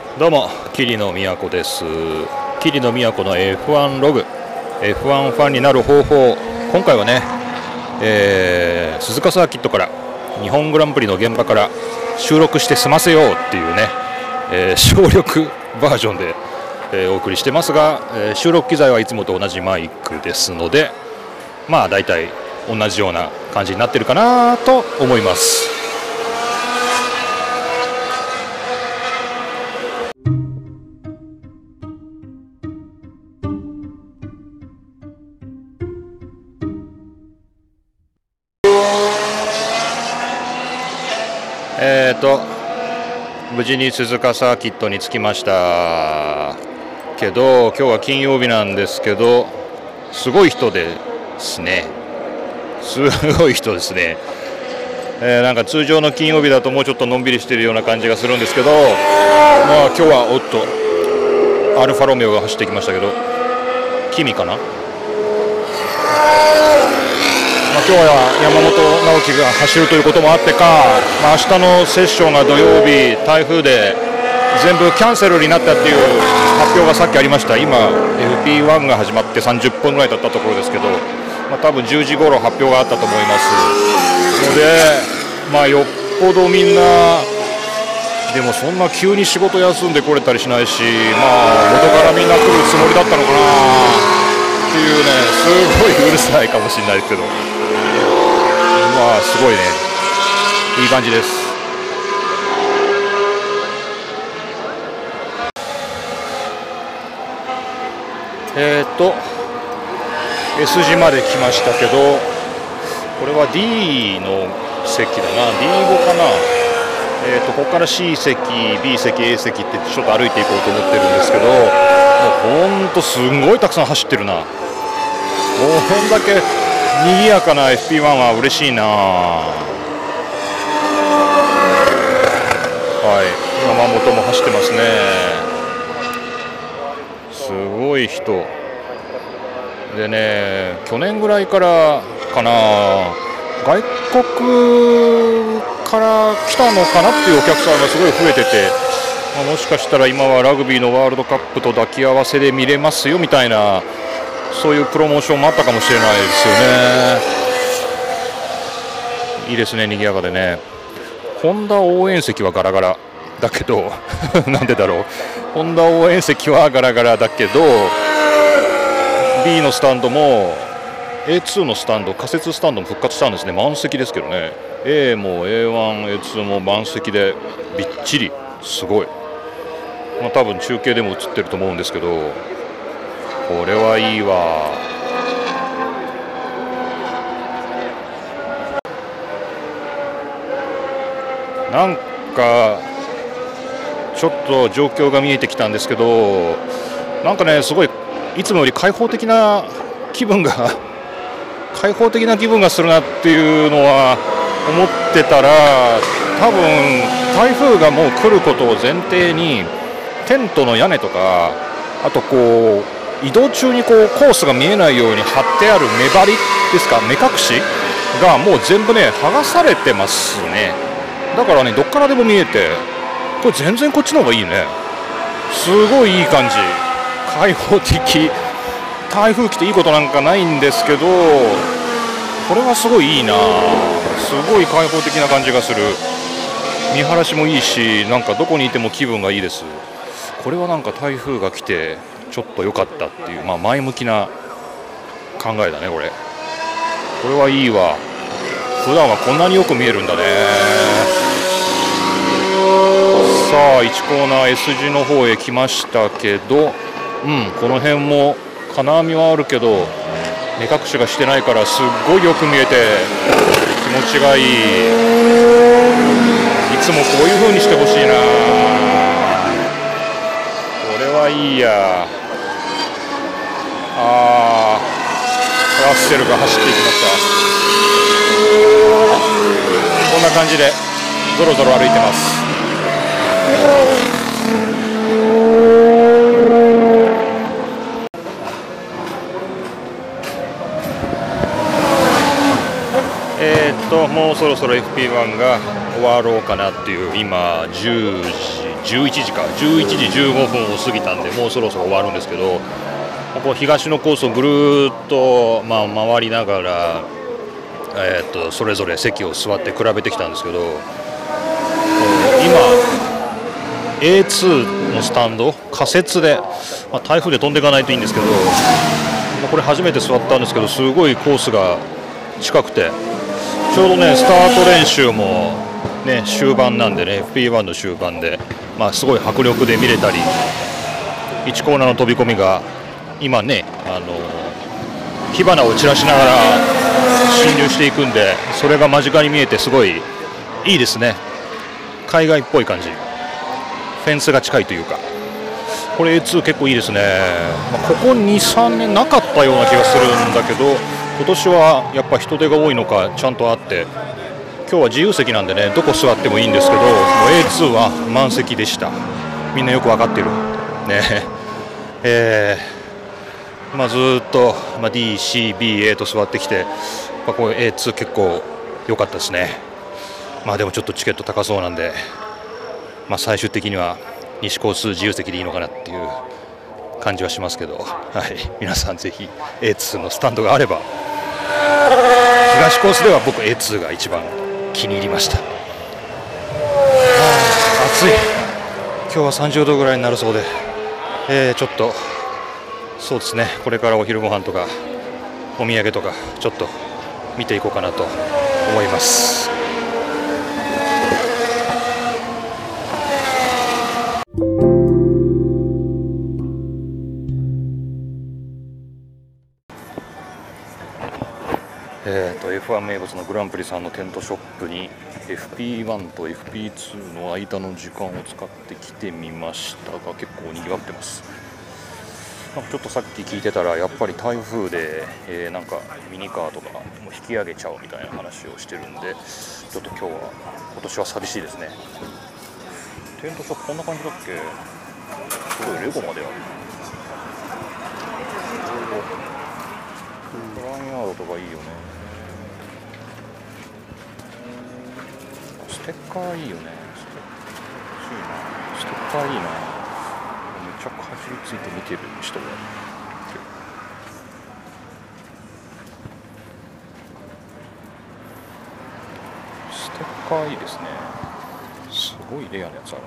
どうも桐野都です。桐野都の F1 ログ、 F1 ファンになる方法。今回はね、鈴鹿サーキットから日本グランプリの現場から収録して済ませようっていうね、省力バージョンで、お送りしてますが、収録機材はいつもと同じマイクですので、まあだいたい同じような感じになってるかなと思います。無事に鈴鹿サーキットに着きましたけど、今日は金曜日なんですけど、すごい人ですね。すごい人ですね。なんか通常の金曜日だともうちょっとのんびりしているような感じがするんですけど、まあ今日はおっとアルファロメオが走ってきましたけど、君かな。今日は山本直樹が走るということもあってか、明日のセッションが土曜日、台風で全部キャンセルになったっていう発表がさっきありました。今 FP1 が始まって30分ぐらい経ったところですけど、多分10時頃発表があったと思いますので、よっぽどみんなでもそんな急に仕事休んでこれたりしないし、元からみんな来るつもりだったのかなっていうね、すごいうるさいかもしれないですけど、すごいね、いい感じです。S 字まで来ましたけど、これは D の席だな、D5 かな。ここから C 席、B 席、A 席ってちょっと歩いていこうと思ってるんですけど、もうほんとすごいたくさん走ってるな。こんだけ賑やかな FP1 は嬉しいな。山本も走ってますね。すごい人でね、去年ぐらいからかな、外国から来たのかなっていうお客さんがすごい増えてて、もしかしたら今はラグビーのワールドカップと抱き合わせで見れますよみたいな、そういうプロモーションもあったかもしれないですよね。いいですね、賑やかでね。ホンダ応援席はガラガラだけどなんでだろう、ホンダ応援席はガラガラだけど B のスタンドも A2 のスタンド、仮設スタンドも復活したんですね。満席ですけどね。 A も A1、A2 も満席でびっちり、すごい。多分中継でも映ってると思うんですけど、これはいいわ。なんかちょっと状況が見えてきたんですけど、なんかね、すごいいつもより開放的な気分がするなっていうのは思ってたら、多分台風がもう来ることを前提にテントの屋根とか、あとこう移動中にこうコースが見えないように貼ってある目張りですか、目隠しがもう全部ね剥がされてますね。だからね、どっからでも見えて、これ全然こっちの方がいいね。すごいいい感じ、開放的。台風来ていいことなんかないんですけど、これはすごいいいな。すごい開放的な感じがする。見晴らしもいいし、なんかどこにいても気分がいいです。これはなんか台風が来てちょっと良かったっていう、前向きな考えだね。これはいいわ。普段はこんなによく見えるんだね。さあ1コーナー S 字の方へ来ましたけど、この辺も金網はあるけど目隠しがしてないからすっごいよく見えて気持ちがいい。いつもこういう風にしてほしいな。これはいいや。ラッセルが走っていきました。こんな感じでゾロゾロ歩いてます。もうそろそろ FP1 が終わろうかなっていう、今10時 11時か11時15分を過ぎたんで、もうそろそろ終わるんですけど、ここ東のコースをぐるーっと、回りながら、それぞれ席を座って比べてきたんですけど、今 A2 のスタンド仮設で、台風で飛んでいかないといいんですけど、これ初めて座ったんですけど、すごいコースが近くて、ちょうどねスタート練習もね終盤なんでね、 FP1 の終盤で、すごい迫力で見れたり、1コーナーの飛び込みが今ね、火花を散らしながら進入していくんで、それが間近に見えてすごいいいですね。海外っぽい感じ、フェンスが近いというか、これ A2 結構いいですね。ここ 2,3 年なかったような気がするんだけど、今年はやっぱ人手が多いのかちゃんとあって、今日は自由席なんでね、どこ座ってもいいんですけど、もう A2 は満席でした。みんなよく分かってるね。ずっと、D、C、B、A と座ってきて、こう A2 結構良かったですね。でもちょっとチケット高そうなんで、最終的には西コース自由席でいいのかなっていう感じはしますけど、皆さんぜひ A2 のスタンドがあれば。東コースでは僕 A2 が一番気に入りました。暑い。今日は30度ぐらいになるそうで、ちょっとそうですね、これからお昼ご飯とかお土産とかちょっと見ていこうかなと思います。F1 名物のグランプリさんのテントショップに FP1 と FP2 の間の時間を使って来てみましたが、結構にぎわってます。ちょっとさっき聞いてたら、やっぱり台風で、ミニカーとかも引き上げちゃうみたいな話をしてるんで、ちょっと今年は寂しいですね。テントショップこんな感じだっけ。すごいレゴまである。ラインアードとかいいよね。ステッカーいいよね。ステッカーいいな。めっちゃかじりついて見てる人がいる。ステッカーいいですね。すごいレアなやつあるな。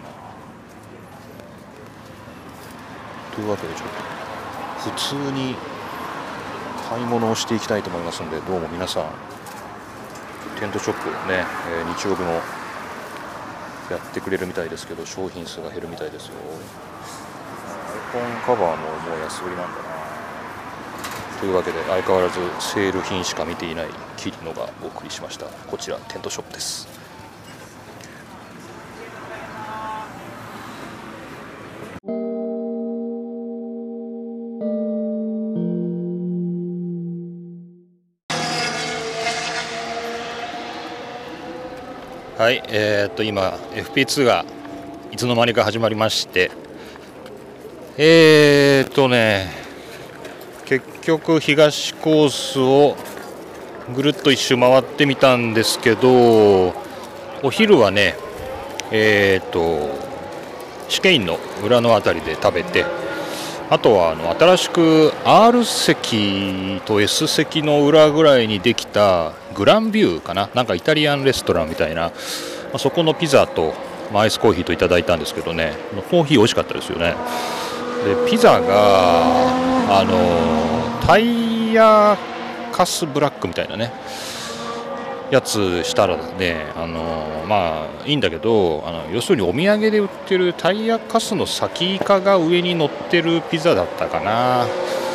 というわけで、ちょっと普通に買い物をしていきたいと思いますので、どうも皆さんテントショップね、日曜日もやってくれるみたいですけど、商品数が減るみたいですよ。アイコンカバーももう安売りなんだな。というわけで、相変わらずセール品しか見ていない桐野がお送りしました。こちらテントショップです。はい、今 FP2 がいつの間にか始まりまして、結局東コースをぐるっと一周回ってみたんですけど、お昼はね、試験員の裏のあたりで食べて、あとは新しく R 席と S 席の裏ぐらいにできたグランビューかな、なんかイタリアンレストランみたいな、そこのピザとアイスコーヒーといただいたんですけどね、コーヒー美味しかったですよね。でピザがタイヤカスブラックみたいなねやつしたらね、いいんだけど、要するにお土産で売ってるタイヤカスの先イカが上に乗ってるピザだったかな。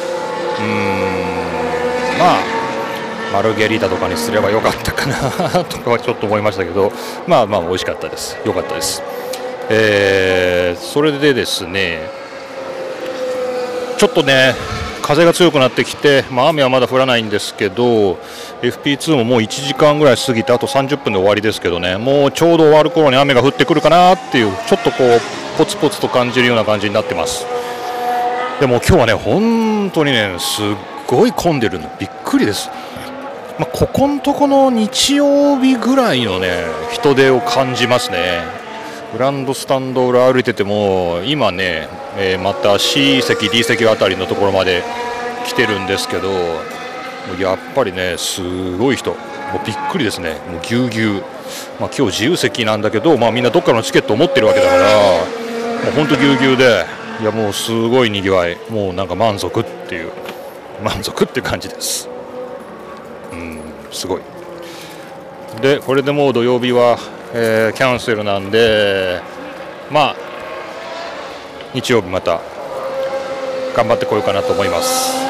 マルゲリータとかにすればよかったかなとかはちょっと思いましたけど、美味しかったです。よかったです。それでですね、ちょっとね風が強くなってきて、雨はまだ降らないんですけど、 FP2 ももう1時間ぐらい過ぎて、あと30分で終わりですけどね、もうちょうど終わる頃に雨が降ってくるかなっていう、ちょっとポツポツと感じるような感じになってます。でも今日はね本当にねすっごい混んでるのびっくりです。ここのとこの日曜日ぐらいのね人出を感じますね。 グランドスタンド裏歩いてても今ね、また C 席 D 席あたりのところまで来てるんですけど、やっぱりねすごい人、もうびっくりですね。もうぎゅうぎゅう、今日自由席なんだけど、みんなどっかのチケットを持ってるわけだから、もうほんとぎゅうぎゅうで、いやもうすごいにぎわい、もうなんか満足っていう感じです。すごい。でこれでもう土曜日は、キャンセルなんで、日曜日また頑張ってこようかなと思います。